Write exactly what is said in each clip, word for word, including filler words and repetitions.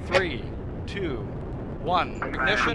Three, two, one, ignition.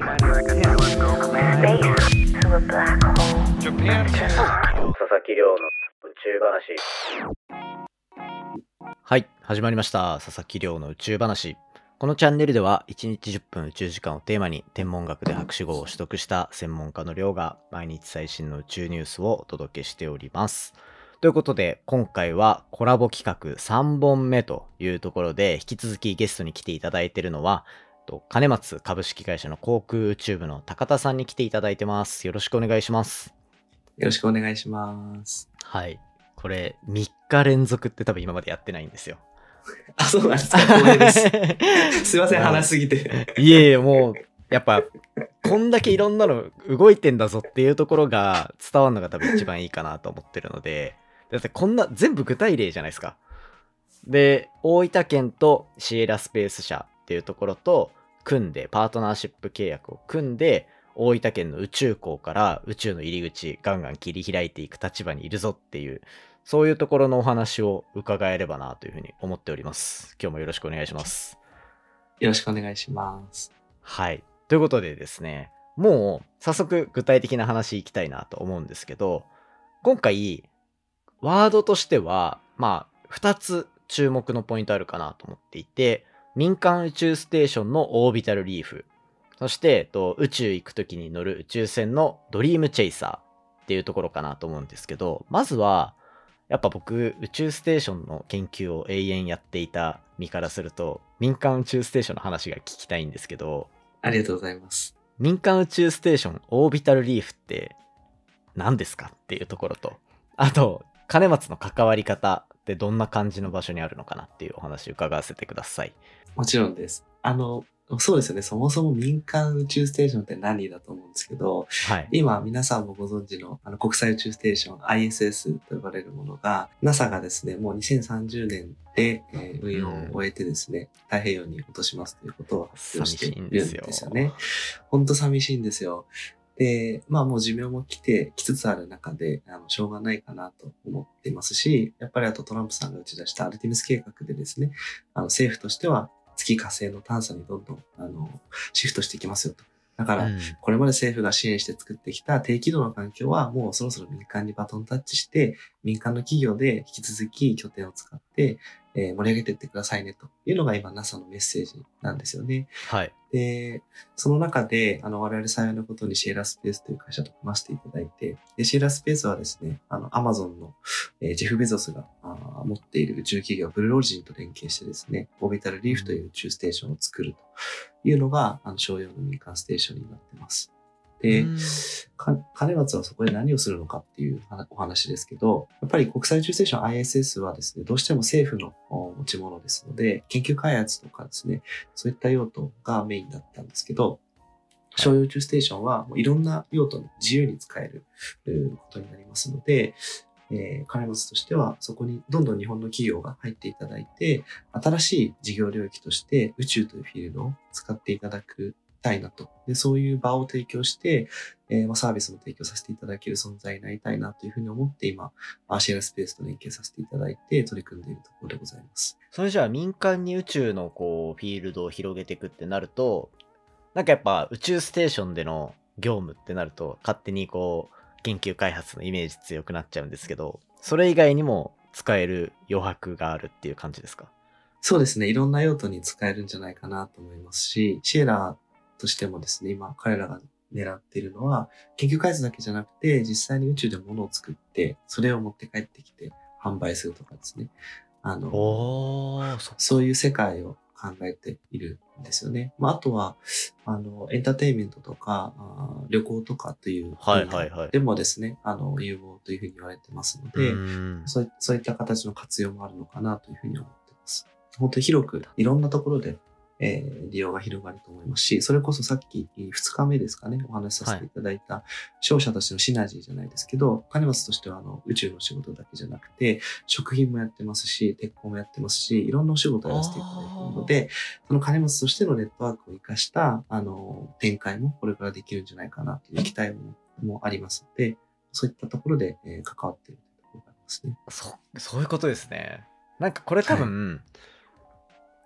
Japan. 佐々木亮の宇宙話。 はい、始まりました佐々木亮の宇宙話。このチャンネルではいちにちじゅっぷん宇宙時間をテーマに天文学で博士号を取得した専門家の亮が毎日最新の宇宙ニュースをお届けしております。ということで今回はコラボ企画さんぼんめというところで、引き続きゲストに来ていただいているのは金松株式会社の航空宇宙部の高田さんに来ていただいてます。よろしくお願いします。 よろしくお願いします。 はい、これみっか連続って多分今までやってないんですよ。 あ、そうなんですか。光栄です。すいません、話しすぎて。 いえいえ、もう、やっぱ、こんだけいろんなの動いてんだぞっていうところが伝わるのが多分一番いいかなと思ってるので、だってこんな、全部具体例じゃないですか。で、大分県とシエラスペース社っていうところと組んで、パートナーシップ契約を組んで、大分県の宇宙港から宇宙の入り口ガンガン切り開いていく立場にいるぞっていう、そういうところのお話を伺えればなというふうに思っております。今日もよろしくお願いします。 よろしくお願いします。 はい。ということでですね、もう早速具体的な話いきたいなと思うんですけど、今回、ワードとしては、まあ、ふたつ注目のポイントあるかなと思っていて、民間宇宙ステーションのオービタルリーフ、そして、と宇宙行くときに乗る宇宙船のドリームチェイサーっていうところかなと思うんですけど、まずは、やっぱ僕、宇宙ステーションの研究を永遠やっていた身からすると、民間宇宙ステーションの話が聞きたいんですけど、 ありがとうございます。 民間宇宙ステーションオービタルリーフって何ですかっていうところと、あと、金松の関わり方ってどんな感じの場所にあるのかなっていうお話を伺わせてください。 もちろんです。あの、そうですよね。そもそも民間宇宙ステーションって何だと思うんですけど、 はい、 今皆さんもご存知のあの国際宇宙ステーション アイエスエス と呼ばれるものが ナサ がですね、もうにせんさんじゅうねんで、えー、運用を終えてですね、うん、太平洋に落としますということを発表しているんですよね。本当寂しいんですよ。で、まあもう寿命も来て、来つつある中で、あの、しょうがないかなと思っていますし、やっぱりあとトランプさんが打ち出したアルティミス計画でですね、あの、政府としては月火星の探査にどんどん、あの、シフトしていきますよと。だから、これまで政府が支援して作ってきた低軌道の環境はもうそろそろ民間にバトンタッチして、民間の企業で引き続き拠点を使って、えー、盛り上げていってくださいねというのが今 ナサ のメッセージなんですよね。 はい。 で、その中で、あの、我々幸いなことにシエラスペースという会社と組ませていただいて、で、シエラスペースはですね、あの、アマゾンの、えー、ジェフ・ベゾスがあ持っている宇宙企業、ブルーオリジンと連携してですね、オービタルリーフという宇宙ステーションを作るというのが、あの、商用の民間ステーションになっています。で、金松はそこで何をするのかっていうお話ですけど、やっぱり国際宇宙ステーション アイエスエス はですね、どうしても政府の持ち物ですので、研究開発とかですね、そういった用途がメインだったんですけど、商用宇宙ステーションはもういろんな用途に自由に使えることになりますので、えー、金松としてはそこにどんどん日本の企業が入っていただいて、新しい事業領域として宇宙というフィールドを使っていただくたいなと。で、そういう場を提供して、えー、まあサービスも提供させていただける存在になりたいなというふうに思って今、シェアスペースと連携させていただいて取り組んでいるところでございます。 それじゃあ民間に宇宙のこうフィールドを広げていくってなると、なんかやっぱ宇宙ステーションでの業務ってなると勝手にこう研究開発のイメージ強くなっちゃうんですけど、それ以外にも使える余白があるっていう感じですか？ そうですね。いろんな用途に使えるんじゃないかなと思いますし、シエラとしてもですね、今彼らが狙っているのは、研究開発だけじゃなくて、実際に宇宙で物を作って、それを持って帰ってきて販売するとかですね。あの、 おー、そ、 そういう世界を考えているんですよね。まあ、あとは、あの、エンターテインメントとか、あ旅行とかというはいはいはい。 でもですね、あの、有望というふうに言われてますので、そうい、そういった形の活用もあるのかなというふうに思っています。本当に広く、いろんなところで、えー、利用が広がると思いますし、それこそさっきふつかめですかね、お話しさせていただいた、はい、商社としてのシナジーじゃないですけど、金松としてはあの宇宙の仕事だけじゃなくて、食品もやってますし、鉄鋼もやってますし、いろんなお仕事をやらせていただいているので、その金松としてのネットワークを生かした、あの、展開もこれからできるんじゃないかなという期待も、もありますので、そういったところで、えー、関わっているところがありますね。 そ、そういうことですね。なんかこれ多分、はい、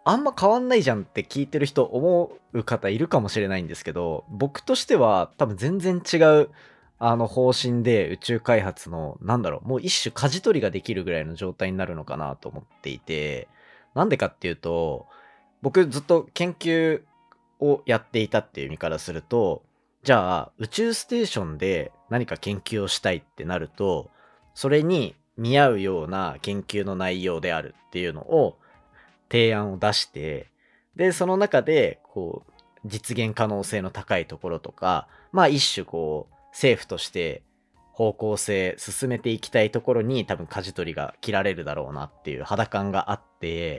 あんま変わんないじゃんって聞いてる人思う方いるかもしれないんですけど、僕としては多分全然違うあの方針で宇宙開発の、なんだろう、もう一種舵取りができるぐらいの状態になるのかなと思っていて、なんでかっていうと、僕ずっと研究をやっていたっていう意味からすると、じゃあ宇宙ステーションで何か研究をしたいってなると、それに見合うような研究の内容であるっていうのを提案を出して、でその中でこう実現可能性の高いところとか、まあ一種こう政府として方向性進めていきたいところに多分舵取りが切られるだろうなっていう肌感があって、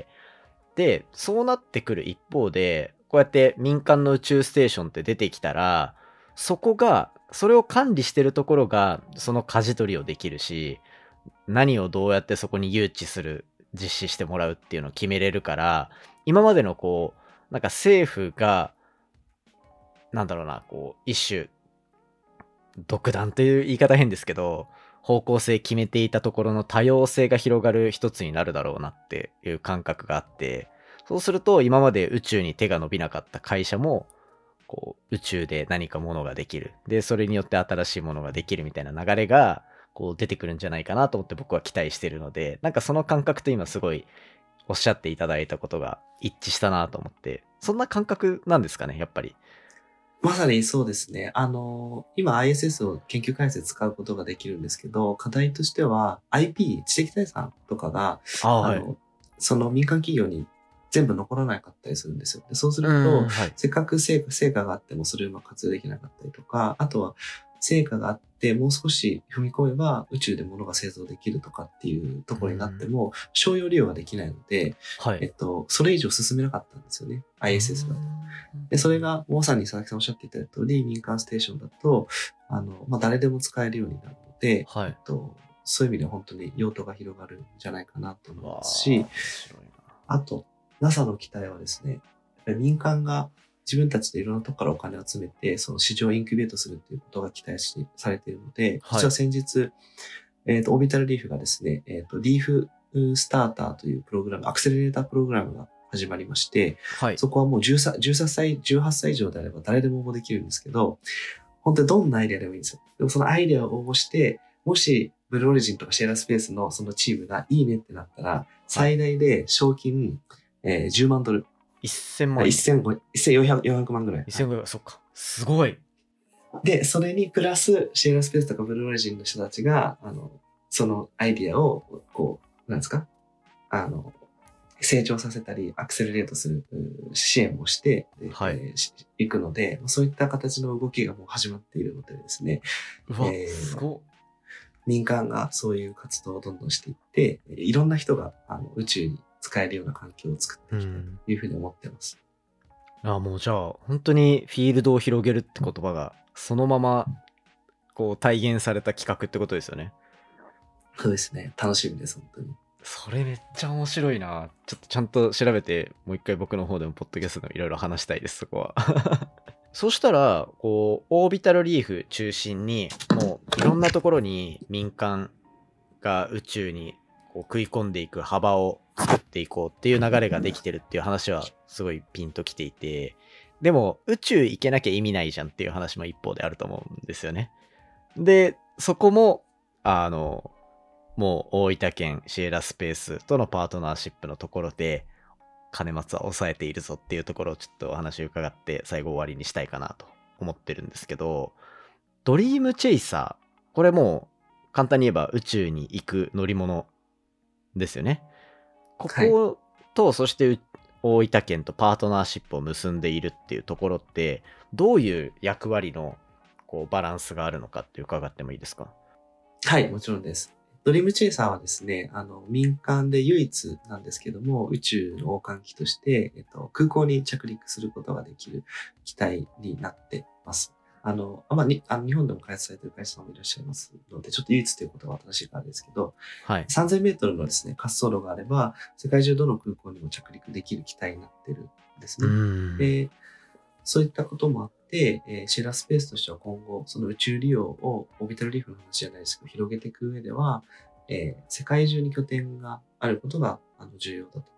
でそうなってくる一方で、こうやって民間の宇宙ステーションって出てきたら、そこがそれを管理してるところがその舵取りをできるし、何をどうやってそこに誘致する、実施してもらうっていうのを決めれるから、今までのこうなんか政府がなんだろうな、こう一種独断という言い方変ですけど、方向性決めていたところの多様性が広がる一つになるだろうなっていう感覚があって、そうすると今まで宇宙に手が伸びなかった会社もこう宇宙で何かものができる、でそれによって新しいものができるみたいな流れがこう出てくるんじゃないかなと思って僕は期待してるので、なんかその感覚と今すごいおっしゃっていただいたことが一致したなと思って、そんな感覚なんですかね、やっぱり。 まさにそうですね。あの、今 アイエスエス を研究開発で使うことができるんですけど、課題としては アイピー、知的財産とかが、 あ、はい、 あの、その民間企業に全部残らなかったりするんですよ。でそうすると、はい、せっかく成果、成果があってもそれをうまく活用できなかったりとか、あとは成果があってもう少し踏み込めば宇宙で物が製造できるとかっていうところになっても商用利用ができないので、はい、えっと、それ以上進めなかったんですよね。アイエスエス だと。で、それがまさに佐々木さんおっしゃっていただいた通り、民間ステーションだと、あの、まあ、誰でも使えるようになるので、はい、えっと、そういう意味で本当に用途が広がるんじゃないかなと思いますし、あと、ナサ の期待はですね、やっぱり民間が自分たちでいろんなところからお金を集めて、その市場をインキュベートするということが期待しされているので、はい、実は先日、えっと、オービタルリーフがですね、えっと、リーフスターターというプログラム、アクセレータープログラムが始まりまして、はい、そこはもうじゅうさん、じゅうさんさい、じゅうはっさい以上であれば誰でも応募できるんですけど、本当にどんなアイデアでもいいんですよ。でもそのアイデアを応募して、もしブルーオリジンとかシェアラスペースのそのチームがいいねってなったら、最大で賞金、えー、じゅうまんドル。 せんまんえん。 せんよんひゃくまんぐらい。 せんごひゃく、そっか。すごい。 で、それにプラス、シェアラスペースとかブルーオリジンの人たちが、あの、そのアイディアを、こう、なんですかあの、成長させたり、アクセレレートする支援をして、はい、えー、いくので、そういった形の動きがもう始まっているのでですね。 うわ、えー、すごい。 民間がそういう活動をどんどんしていって、いろんな人があの宇宙に使えるような環境を作っていきたいというふうに思ってます。 うん、あ、もうじゃあ本当にフィールドを広げるって言葉がそのままこう体現された企画ってことですよね。 そうですね。楽しみです、本当に。 それめっちゃ面白いな。ちょっとちゃんと調べてもう一回僕の方でもポッドキャストでもいろいろ話したいです、そこは。そうしたらこうオービタルリーフ中心にもういろんなところに民間が宇宙にこう食い込んでいく幅を作っていこうっていう流れができてるっていう話はすごいピンときていて、でも宇宙行けなきゃ意味ないじゃんっていう話も一方であると思うんですよね。でそこもあのもう大分県シエラスペースとのパートナーシップのところで金松は抑えているぞっていうところをちょっとお話を伺って最後終わりにしたいかなと思ってるんですけど、ドリームチェイサー、これもう簡単に言えば宇宙に行く乗り物ですよね。ここと、はい、そして大分県とパートナーシップを結んでいるっていうところってどういう役割のこうバランスがあるのかって伺ってもいいですか？ はい、もちろんです。ドリームチェイサーはですね、あの、民間で唯一なんですけども、宇宙の王冠機として、えっと、空港に着陸することができる機体になってます。あの、あまあ、にあの日本でも開発されている会社さんもいらっしゃいますので、ちょっと唯一ということは正しいからですけど、はい、さんぜんメートルのですね、滑走路があれば、世界中どの空港にも着陸できる機体になってるんですね。で、そういったこともあって、えー、シェラスペースとしては今後、その宇宙利用をオービタルリーフの話じゃないですけど、広げていく上では、えー、世界中に拠点があることがあの重要だと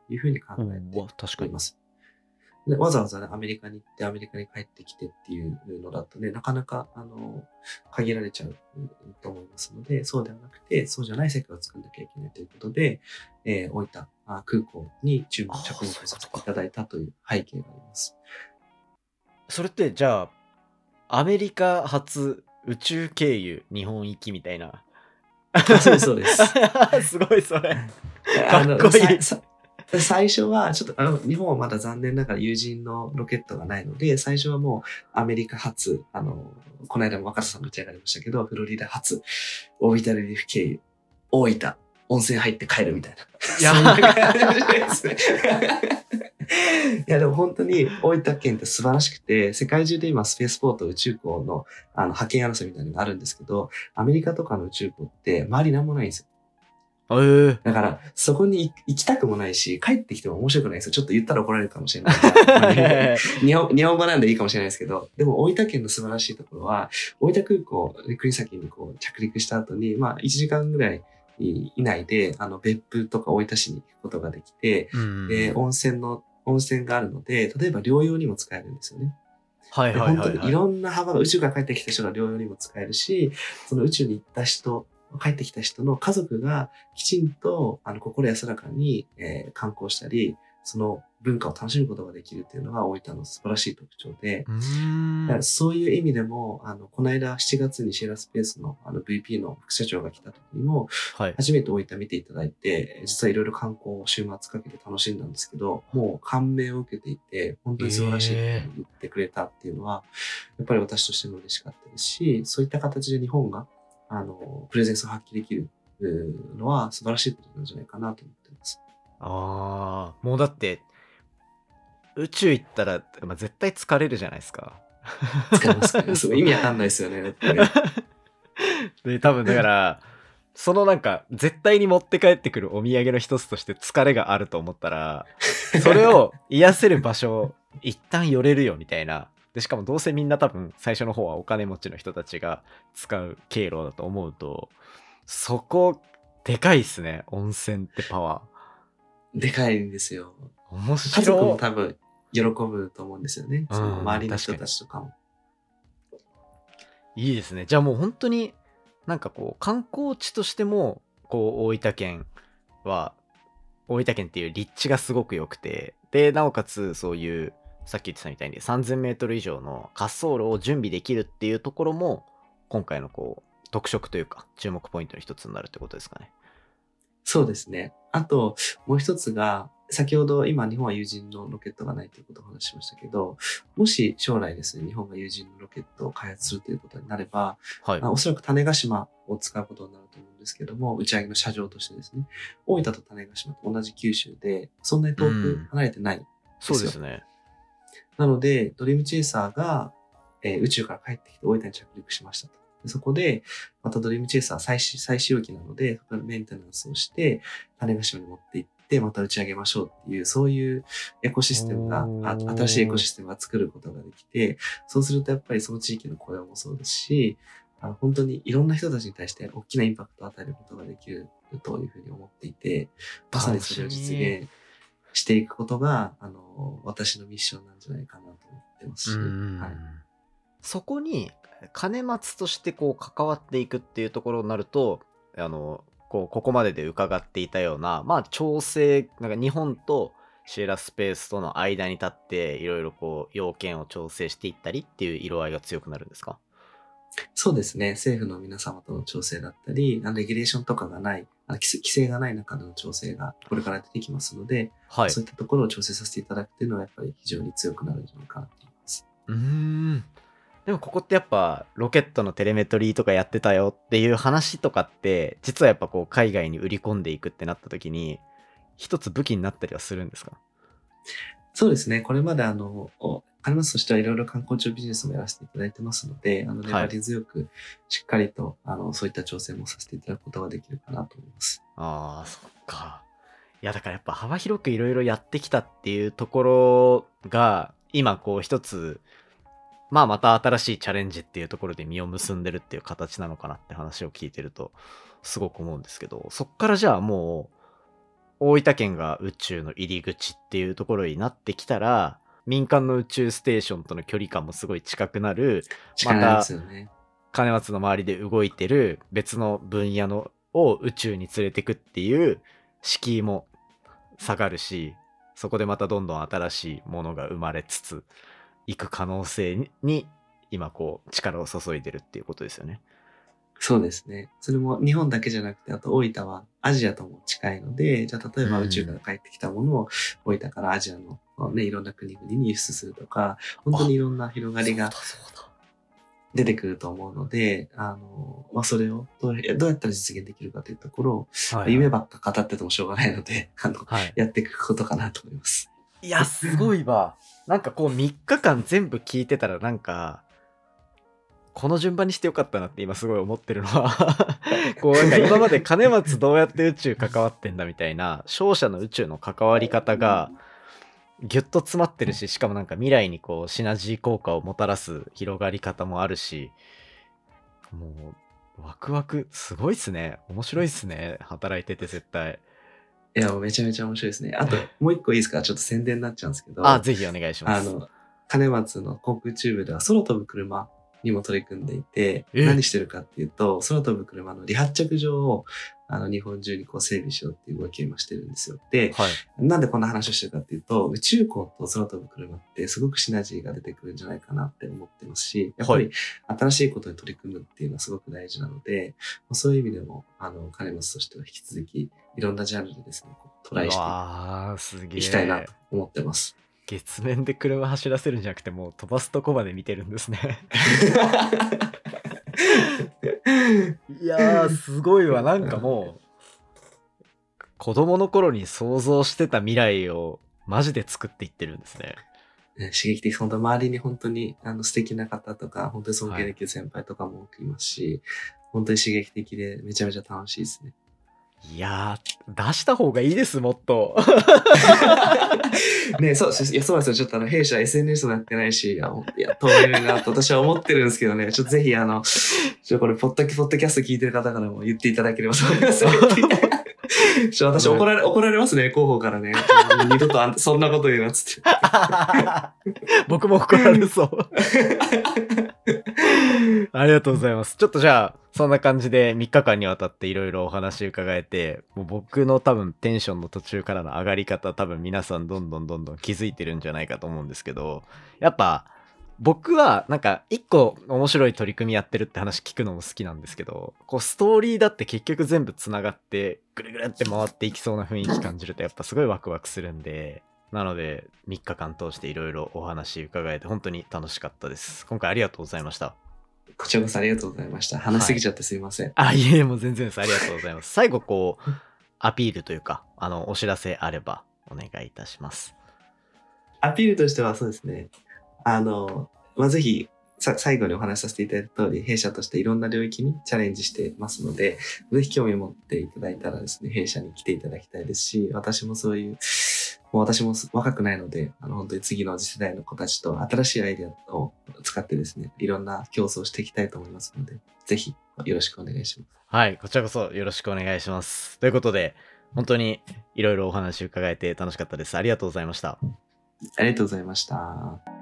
いうふうに考えてうわ確かにおります。でわざわざね、アメリカに行って、アメリカに帰ってきてっていうのだとね、なかなか、あの、限られちゃううんと思いますので、そうではなくて、そうじゃない世界を作んなきゃいけないということで、えー、大分あ空港に注目、 あー着目させていただいたという背景があります。 それってじゃあアメリカ初宇宙経由日本行きみたいな。 あそうです、そうです。 すごいそれ。 あのかっこいい。 ささ最初は、ちょっと、あの、日本はまだ残念ながら有人のロケットがないので、最初はもうアメリカ初、あの、この間も若狭さんも打ち上がりましたけど、フロリダ初、オービタルリフ経由、大分、温泉入って帰るみたいな。 いやそんな感じですね。いや、でも本当に大分県って素晴らしくて、世界中で今スペースポート宇宙港のあの派遣争いみたいなのがあるんですけど、アメリカとかの宇宙港って周りなんもないんですよ。 えー、 だから、そこに行きたくもないし、帰ってきても面白くないですよ。ちょっと言ったら怒られるかもしれないから。まあね日本、日本語なんでいいかもしれないですけど、でも大分県の素晴らしいところは、大分空港、国崎にこう着陸した後に、まあいちじかんぐらい以内で、あの、別府とか大分市に行くことができて、 うんで、温泉の、温泉があるので、例えば療養にも使えるんですよね。 はいではいはいはい。 本当にいろんな幅が宇宙から帰ってきた人が療養にも使えるし、その宇宙に行った人、帰ってきた人の家族がきちんとあの心安らかに、えー観光したり、その文化を楽しむことができるっていうのが大分の素晴らしい特徴で、 うーんだからそういう意味でも、あの、この間しちがつにシェラスペースのあの ブイピー の副社長が来た時にも、 はい。 初めて大分見ていただいて、実はいろいろ観光を週末かけて楽しんだんですけど、もう感銘を受けていて、本当に素晴らしいって言ってくれたっていうのは、やっぱり私としても嬉しかったですし、そういった形で日本が、あの、プレゼンスを発揮できるのは素晴らしいことなんじゃないかなと思っています。 ああ、もうだって宇宙行ったら、まあ、絶対疲れるじゃないですか。 使いますかね。すごい意味わかんないですよね。だってねで多分だからそのなんか絶対に持って帰ってくるお土産の一つとして疲れがあると思ったら、それを癒せる場所一旦寄れるよみたいな。でしかもどうせみんな多分最初の方はお金持ちの人たちが使う経路だと思うと、そこでかいっすね。温泉ってパワでかいんですよ。 ー面家族も白多分喜ぶと思うんですよね。 うんその周りの人たちとかも。 い。いいですね。じゃあもう本当になんかこう観光地としてもこう大分県は大分県っていう立地がすごく良くて、でなおかつそういうさっき言ってたみたいにさんぜんメートル以上の滑走路を準備できるっていうところも今回のこう特色というか注目ポイントの一つになるってことですかね。 そうですね。あと、もう一つが、先ほど今日本は有人のロケットがないということをお話ししましたけど、もし将来ですね、日本が有人のロケットを開発するということになれば、 はい。 あおそらく種子島を使うことになると思うんですけども、打ち上げの射場としてですね、大分と種子島と同じ九州で、そんなに遠く離れてないんですよ。 そうですね。 なので、ドリームチェイサーが、えー宇宙から帰ってきて大分に着陸しましたと。でそこで、またドリームチェイサー再使再使用機なので、そこでメンテナンスをして、種子島に持って行って、また打ち上げましょうっていう、そういうエコシステムが、あ新しいエコシステムが作ることができて、そうするとやっぱりその地域の雇用もそうですし、あの本当にいろんな人たちに対して大きなインパクトを与えることができるというふうに思っていて、まさにそれを実現していくことが、あの、私のミッションなんじゃないかなと思ってますし、 うんはい、 そこに金松としてこう関わっていくっていうところになると、あのこうここまでで伺っていたような、まあ調整なんか日本とシエラスペースとの間に立っていろいろこう要件を調整していったりっていう色合いが強くなるんですか？ そうですね。政府の皆様との調整だったり、あのレギュレーションとかがない、あの規制規制がない中での調整がこれから出てきますので、 はい。 そういったところを調整させていただくというのはやっぱり非常に強くなるんじゃないかなと思います。 うーん。でもここってやっぱロケットのテレメトリーとかやってたよっていう話とかって実はやっぱこう海外に売り込んでいくってなった時に一つ武器になったりはするんですか？ そうですね。これまであの、金松としてはいろいろ観光庁ビジネスもやらせていただいてますので、あの、粘り強くしっかりと、あの、そういった調整もさせていただくことができるかなと思います。 ああ、そっか。いやだからやっぱ幅広くいろいろやってきたっていうところが今こう一つまあまた新しいチャレンジっていうところで実を結んでるっていう形なのかなって話を聞いてるとすごく思うんですけど、そっからじゃあもう大分県が宇宙の入り口っていうところになってきたら、民間の宇宙ステーションとの距離感もすごい近くなる、 近いですよね。 金松の周りで動いてる別の分野のを宇宙に連れてくっていう敷居も下がるし、そこでまたどんどん新しいものが生まれつついく可能性に今こう力を注いでるっていうことですよね。 そうですね。それも日本だけじゃなくて、あと大分はアジアとも近いので、じゃあ例えば宇宙から帰ってきたものを大分からアジアの、ね、いろんな国々に輸出するとか、本当にいろんな広がりが出てくると思うので、あの、まあ、それをどうどうやったら実現できるかというところを、 はいはい、 夢ばっか語っててもしょうがないので、あの、 はい、 やっていくことかなと思います。 いや、すごいわ。なんかこうみっかかん全部聞いてたらなんか、この順番にしてよかったなって今すごい思ってるのはこうなんか今まで金松どうやって宇宙関わってんだみたいな勝者の宇宙の関わり方がギュッと詰まってるし、しかもなんか未来にこうシナジー効果をもたらす広がり方もあるし、もうワクワクすごいっすね。面白いっすね、働いてて絶対。 いやもうめちゃめちゃ面白いですね。あともう一個いいですか、ちょっと宣伝になっちゃうんですけど、 あ、ぜひお願いします。 あの金松の航空チューブでは空飛ぶ車にも取り組んでいて、何してるかっていうと、空飛ぶ車の離発着場をあの日本中にこう整備しようっていう動きを今してるんですよ。で、はい、なんでこんな話をしてるかっていうと、宇宙港と空飛ぶ車ってすごくシナジーが出てくるんじゃないかなって思ってますし、やっぱり新しいことに取り組むっていうのはすごく大事なので、そういう意味でも、あの、金松としては引き続きいろんなジャンルでですね、こうトライしていきたいなと思ってます。 月面で車走らせるんじゃなくてもう飛ばすとこまで見てるんですねいやーすごいわ。なんかもう子供の頃に想像してた未来をマジで作っていってるんですね。 刺激的。本当周りに本当にあの素敵な方とか本当に尊敬できる先輩とかも多くいますし、はい、本当に刺激的でめちゃめちゃ楽しいですね。 いやー、出した方がいいです、もっと。 ね、そう、いや、そうなんですよ。ちょっとあの、弊社 エスエヌエス もやってないし、いや、やった方がいいなと私は思ってるんですけどね、ちょっとぜひあの、ちょっとこれ、ポッドキャスト聞いてる方からも言っていただければと思います。ちょ私怒られ、怒られますね、広報からね。二度とあんそんなこと言うなっつって。 僕も怒られそう。ありがとうございます。ちょっとじゃあ、そんな感じでみっかかんにわたっていろいろお話伺えて、もう僕の多分テンションの途中からの上がり方、多分皆さんどんどんどんどん気づいてるんじゃないかと思うんですけど、やっぱ僕はなんか一個面白い取り組みやってるって話聞くのも好きなんですけど、こうストーリーだって結局全部つながってぐるぐるって回っていきそうな雰囲気感じるとやっぱすごいワクワクするんで、なのでみっかかん通していろいろお話伺えて本当に楽しかったです。今回ありがとうございました。 こちらこそありがとうございました。話しすぎちゃってすいません。はい、 あ、いえ、もう全然です。ありがとうございます。最後こうアピールというか、あのお知らせあればお願いいたします。 アピールとしてはそうですね。あの、まあ、ぜひさ最後にお話しさせていただいた通り、弊社としていろんな領域にチャレンジしてますので、ぜひ興味を持っていただいたらですね、弊社に来ていただきたいですし、私もそういう、もう私も若くないので、あの本当に次の次世代の子たちと新しいアイデアを使ってですね、いろんな競争をしていきたいと思いますので、ぜひよろしくお願いします。 はい、こちらこそよろしくお願いします。ということで、本当にいろいろお話伺えて楽しかったです。ありがとうございました。 ありがとうございました。